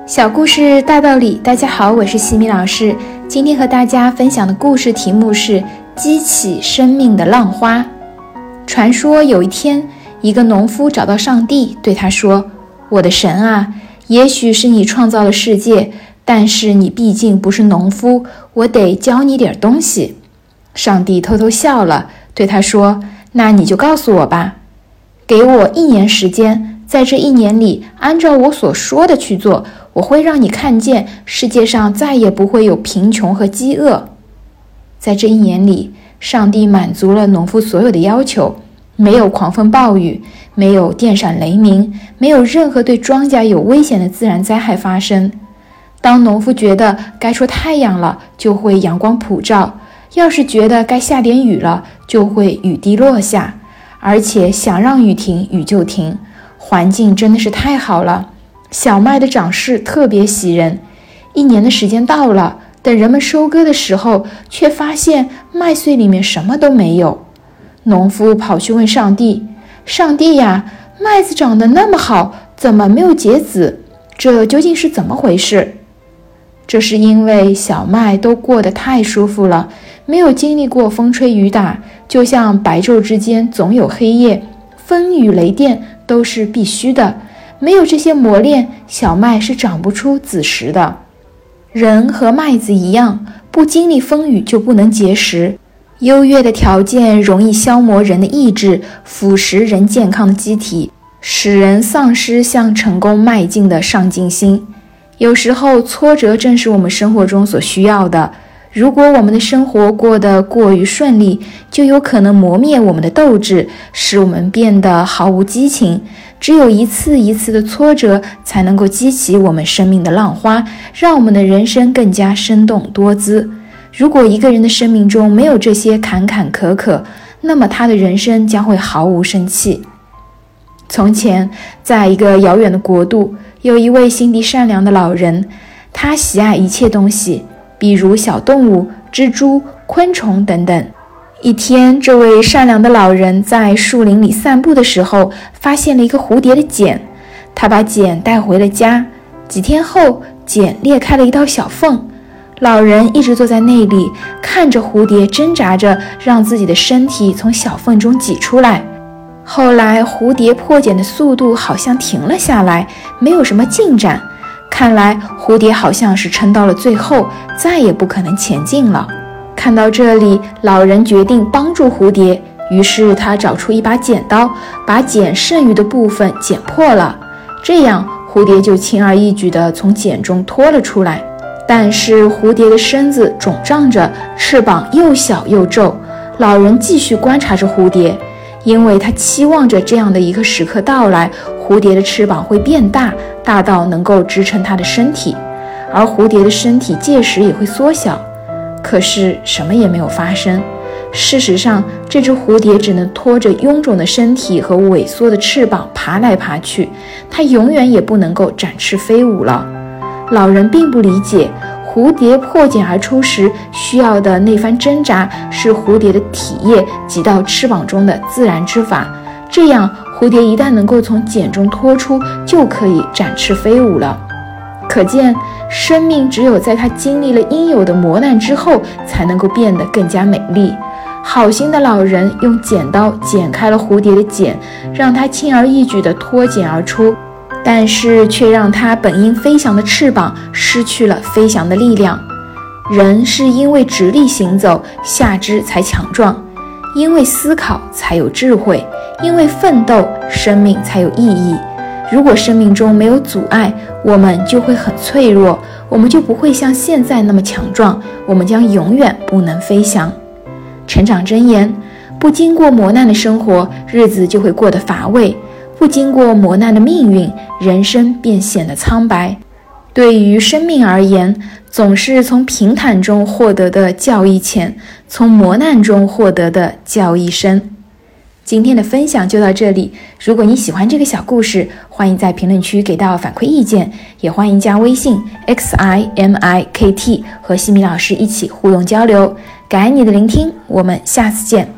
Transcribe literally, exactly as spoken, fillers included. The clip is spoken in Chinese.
小故事大道理，大家好，我是西米老师。今天和大家分享的故事题目是激起生命的浪花。传说有一天，一个农夫找到上帝，对他说：我的神啊，也许是你创造了世界，但是你毕竟不是农夫，我得教你点东西。上帝偷偷笑了，对他说：那你就告诉我吧，给我一年时间，在这一年里，按照我所说的去做，我会让你看见世界上再也不会有贫穷和饥饿。在这一年里，上帝满足了农夫所有的要求，没有狂风暴雨，没有电闪雷鸣，没有任何对庄稼有危险的自然灾害发生。当农夫觉得该出太阳了，就会阳光普照；要是觉得该下点雨了，就会雨滴落下，而且想让雨停，雨就停。环境真的是太好了，小麦的长势特别喜人。一年的时间到了，等人们收割的时候，却发现麦穗里面什么都没有。农夫跑去问上帝：上帝呀，麦子长得那么好，怎么没有结籽？这究竟是怎么回事？这是因为小麦都过得太舒服了，没有经历过风吹雨打，就像白昼之间总有黑夜，风雨雷电都是必须的，没有这些磨练，小麦是长不出籽实的。人和麦子一样，不经历风雨就不能结实。优越的条件容易消磨人的意志，腐蚀人健康的机体，使人丧失向成功迈进的上进心。有时候挫折正是我们生活中所需要的。如果我们的生活过得过于顺利，就有可能磨灭我们的斗志，使我们变得毫无激情。只有一次一次的挫折，才能够激起我们生命的浪花，让我们的人生更加生动多姿。如果一个人的生命中没有这些坎坎坷坷，那么他的人生将会毫无生气。从前，在一个遥远的国度，有一位心地善良的老人，他喜爱一切东西，比如小动物、蜘蛛、昆虫等等。一天，这位善良的老人在树林里散步的时候，发现了一个蝴蝶的茧。他把茧带回了家。几天后，茧裂开了一道小缝。老人一直坐在那里，看着蝴蝶挣扎着让自己的身体从小缝中挤出来。后来，蝴蝶破茧的速度好像停了下来，没有什么进展。看来蝴蝶好像是撑到了最后，再也不可能前进了。看到这里，老人决定帮助蝴蝶，于是他找出一把剪刀，把茧剩余的部分剪破了，这样蝴蝶就轻而易举地从茧中脱了出来。但是蝴蝶的身子肿胀着，翅膀又小又皱。老人继续观察着蝴蝶，因为他期望着这样的一个时刻到来，蝴蝶的翅膀会变大，大到能够支撑它的身体，而蝴蝶的身体届时也会缩小。可是什么也没有发生。事实上，这只蝴蝶只能拖着臃肿的身体和萎缩的翅膀爬来爬去，它永远也不能够展翅飞舞了。老人并不理解，蝴蝶破茧而出时需要的那番挣扎是蝴蝶的体液挤到翅膀中的自然之法，这样蝴蝶一旦能够从茧中脱出，就可以展翅飞舞了。可见，生命只有在它经历了应有的磨难之后，才能够变得更加美丽。好心的老人用剪刀剪开了蝴蝶的茧，让它轻而易举地脱茧而出，但是却让它本应飞翔的翅膀失去了飞翔的力量。人是因为直立行走，下肢才强壮；因为思考才有智慧；因为奋斗，生命才有意义。如果生命中没有阻碍，我们就会很脆弱，我们就不会像现在那么强壮，我们将永远不能飞翔。成长箴言：不经过磨难的生活，日子就会过得乏味；不经过磨难的命运，人生便显得苍白。对于生命而言，总是从平坦中获得的较易浅，从磨难中获得的较易深。今天的分享就到这里，如果你喜欢这个小故事，欢迎在评论区给到反馈意见，也欢迎加微信 X I M I K T 和西米老师一起互动交流。感恩你的聆听，我们下次见。